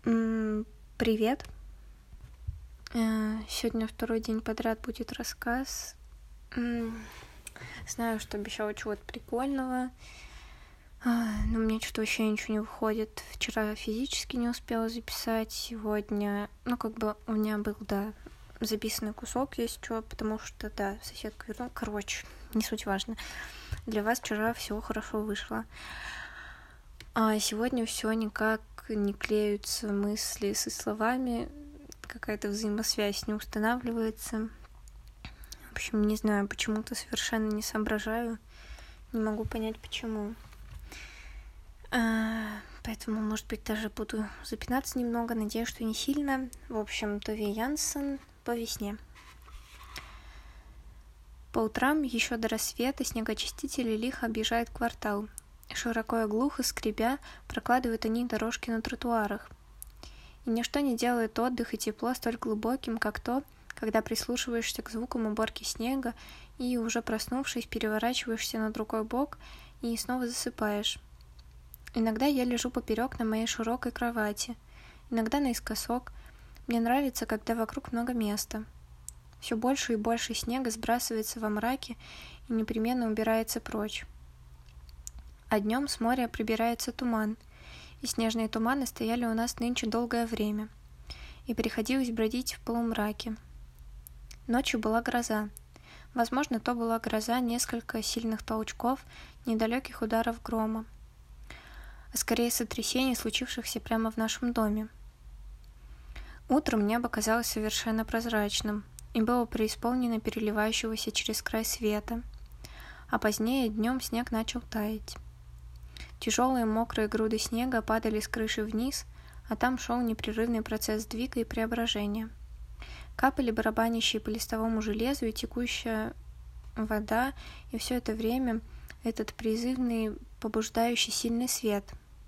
Привет. Сегодня второй день подряд будет рассказ. Знаю, что обещала чего-то прикольного, но мне что-то вообще ничего не выходит. Вчера физически не успела записать, сегодня, у меня был, записанный кусок, есть что, потому что, соседка вернула. Не суть важно. Для вас вчера все хорошо вышло. А сегодня все никак не клеются мысли со словами, какая-то взаимосвязь не устанавливается. В общем, не знаю, почему-то совершенно не соображаю, не могу понять, почему. Поэтому, может быть, даже буду запинаться немного, надеюсь, что не сильно. В общем, Тове Янсен по весне. По утрам, еще до рассвета, снегоочистители лихо объезжают квартал. Широко и глухо скребя, прокладывают они дорожки на тротуарах. И ничто не делает отдых и тепло столь глубоким, как то, когда прислушиваешься к звукам уборки снега и, уже проснувшись, переворачиваешься на другой бок и снова засыпаешь. Иногда я лежу поперек на моей широкой кровати, иногда наискосок. Мне нравится, когда вокруг много места. Все больше и больше снега сбрасывается во мраке и непременно убирается прочь. А днем с моря прибирается туман, и снежные туманы стояли у нас нынче долгое время, и приходилось бродить в полумраке. Ночью была гроза. Возможно, то была гроза несколько сильных толчков, недалеких ударов грома, а скорее сотрясений, случившихся прямо в нашем доме. Утром небо казалось совершенно прозрачным и было преисполнено переливающегося через край света, а позднее днем снег начал таять. Тяжелые мокрые груды снега падали с крыши вниз, а там шел непрерывный процесс сдвига и преображения. Капали барабанящие по листовому железу и текущая вода, и все это время этот призывный, побуждающий сильный свет.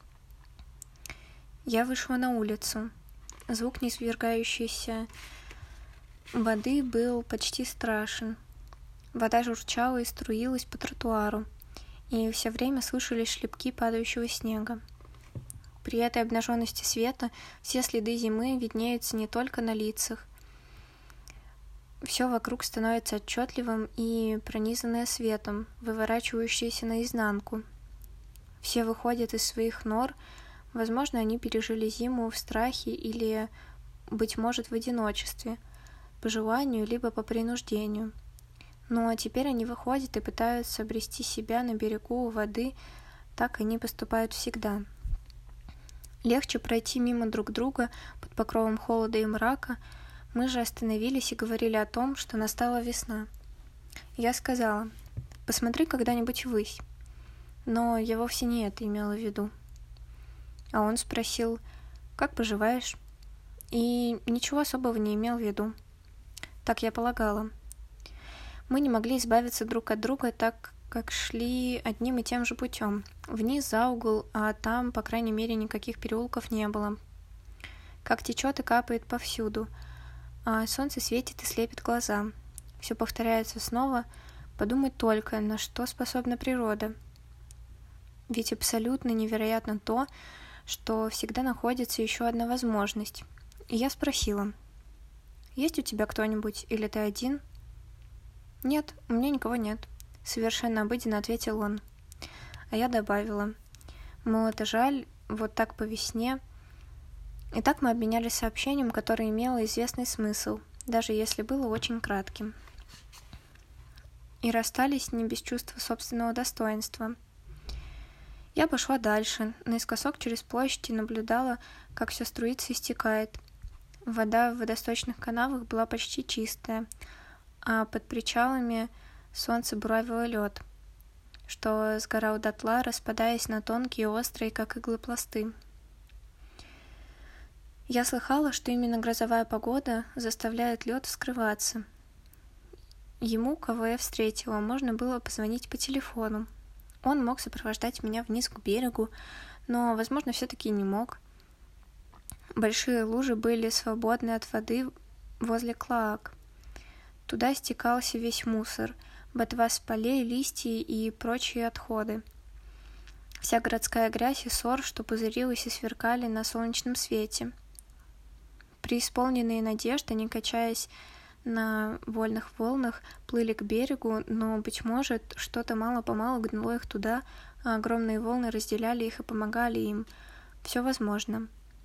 Я вышла на улицу. Звук низвергающейся воды был почти страшен. Вода журчала и струилась по тротуару, и все время слышались шлепки падающего снега. При этой обнаженности света все следы зимы виднеются не только на лицах. Все вокруг становится отчетливым и пронизанное светом, выворачивающееся наизнанку. Все выходят из своих нор, возможно, они пережили зиму в страхе или, быть может, в одиночестве, по желанию либо по принуждению. Но теперь они выходят и пытаются обрести себя на берегу у воды, так они поступают всегда. Легче пройти мимо друг друга под покровом холода и мрака. Мы же остановились и говорили о том, что настала весна. Я сказала: «Посмотри когда-нибудь ввысь». Но я вовсе не это имела в виду. А он спросил: «Как поживаешь?» И ничего особого не имел в виду. Так я полагала. Мы не могли избавиться друг от друга, так как шли одним и тем же путем. Вниз за угол, а там, по крайней мере, никаких переулков не было. Как течет и капает повсюду, а солнце светит и слепит глаза. Все повторяется снова. Подумать только, на что способна природа. Ведь абсолютно невероятно то, что всегда находится еще одна возможность. И я спросила: «Есть у тебя кто-нибудь, или ты один?» «Нет, у меня никого нет», — совершенно обыденно ответил он. А я добавила: «Мол, это жаль, вот так по весне». И так мы обменялись сообщением, которое имело известный смысл, даже если было очень кратким. И расстались не без чувства собственного достоинства. Я пошла дальше, наискосок через площадь и наблюдала, как все струится и стекает. Вода в водосточных канавах была почти чистая, а под причалами солнце буравило лед, что сгорал дотла, распадаясь на тонкие, острые, как иглы, пласты. Я слыхала, что именно грозовая погода заставляет лед вскрываться. Ему, кого я встретила, можно было позвонить по телефону. Он мог сопровождать меня вниз к берегу, но, возможно, все-таки не мог. Большие лужи были свободны от воды возле клоак. Туда стекался весь мусор, ботва с полей, листья и прочие отходы. Вся городская грязь и ссор, что пузырилась и сверкали на солнечном свете. Преисполненные надежд, они, качаясь на вольных волнах, плыли к берегу, но, быть может, что-то мало-помалу гнало их туда, а огромные волны разделяли их и помогали им. Все возможно.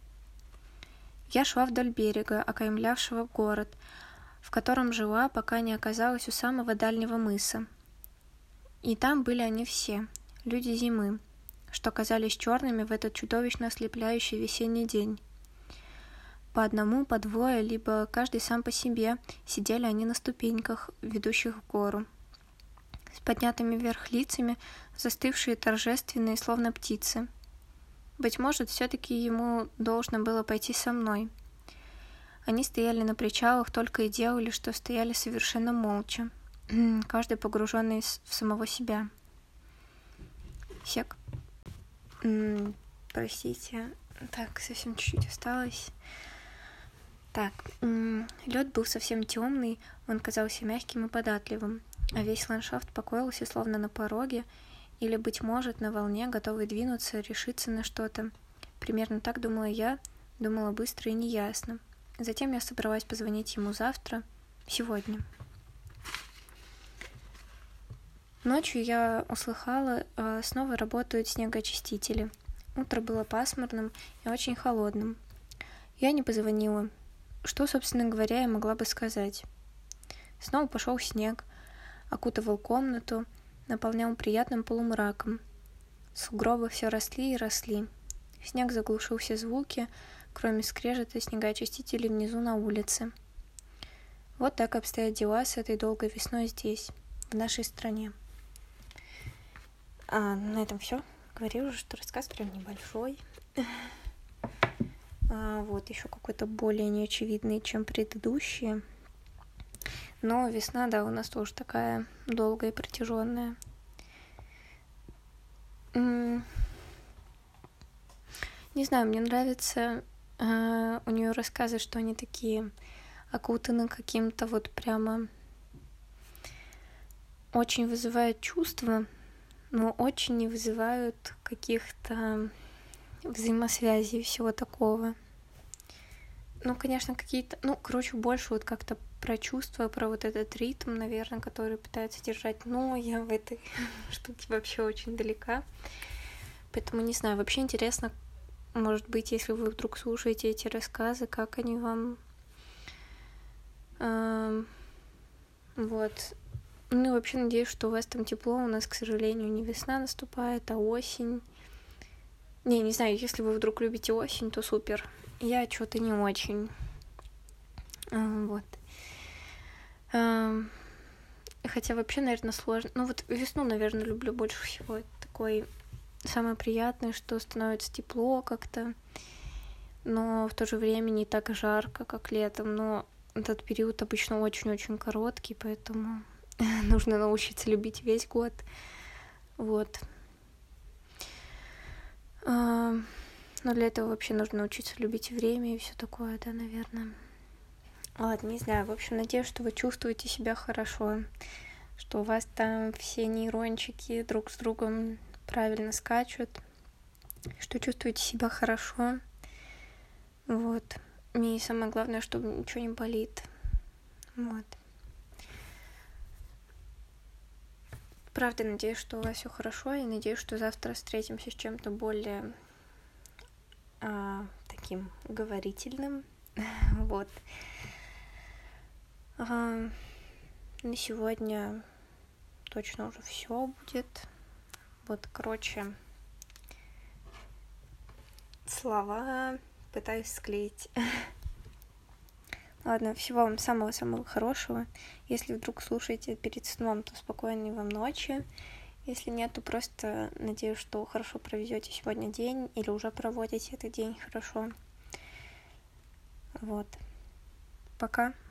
Я шла вдоль берега, окаймлявшего город, в котором жила, пока не оказалась у самого дальнего мыса. И там были они все, люди зимы, что казались черными в этот чудовищно ослепляющий весенний день. По одному, по двое, либо каждый сам по себе сидели они на ступеньках, ведущих в гору, с поднятыми вверх лицами, застывшие торжественные, словно птицы. Быть может, все-таки ему должно было пойти со мной. Они стояли на причалах только и делали, что стояли совершенно молча, каждый погруженный в самого себя. Сек. Простите. Так, совсем чуть-чуть осталось. Так, лед был совсем темный, он казался мягким и податливым, а весь ландшафт покоился словно на пороге, или, быть может, на волне, готовый двинуться, решиться на что-то. Примерно так думала я, думала быстро и неясно. Затем я собралась позвонить ему завтра, сегодня. Ночью я услыхала, снова работают снегоочистители. Утро было пасмурным и очень холодным. Я не позвонила. Что, собственно говоря, я могла бы сказать? Снова пошел снег, окутывал комнату, наполнял приятным полумраком. Сугробы все росли и росли. Снег заглушил все звуки, кроме скрежета снегоочистителей внизу на улице. Вот так обстоят дела с этой долгой весной здесь, в нашей стране. На этом все. Говорила уже, что рассказ прям небольшой. Вот еще какой-то более неочевидный, чем предыдущие. Но весна, да, у нас тоже такая долгая и протяженная. Не знаю, мне нравится у нее рассказы, что они такие окутаны каким-то вот прямо очень вызывают чувства, но очень не вызывают каких-то взаимосвязей и всего такого. Ну, конечно, какие-то... больше вот как-то про чувства, про вот этот ритм, наверное, который пытаются держать. Но я в этой штуке вообще очень далека. Поэтому, не знаю, вообще интересно, может быть, если вы вдруг слушаете эти рассказы, как они вам... Вот. Ну, и вообще надеюсь, что у вас там тепло. У нас, к сожалению, не весна наступает, а осень. Не знаю, если вы вдруг любите осень, то супер. Я что-то не очень. Вот. Хотя вообще, наверное, сложно. Ну, вот весну, наверное, люблю больше всего. Это такой самое приятное, что становится тепло как-то, но в то же время не так жарко, как летом. Но этот период обычно очень-очень короткий, поэтому нужно научиться любить весь год. Вот. Но для этого вообще нужно научиться любить время и все такое, да, наверное. Ладно, не знаю. В общем, надеюсь, что вы чувствуете себя хорошо, что у вас там все нейрончики друг с другом правильно скачут, что чувствуете себя хорошо. Вот. И самое главное, чтобы ничего не болит. Вот. Правда, надеюсь, что у вас все хорошо, и надеюсь, что завтра встретимся с чем-то более таким говорительным. Вот. На сегодня точно уже все будет. Вот, короче, слова пытаюсь склеить. Ладно, всего вам самого-самого хорошего. Если вдруг слушаете перед сном, то спокойной вам ночи. Если нет, то просто надеюсь, что хорошо проведете сегодня день или уже проводите этот день хорошо. Вот. Пока.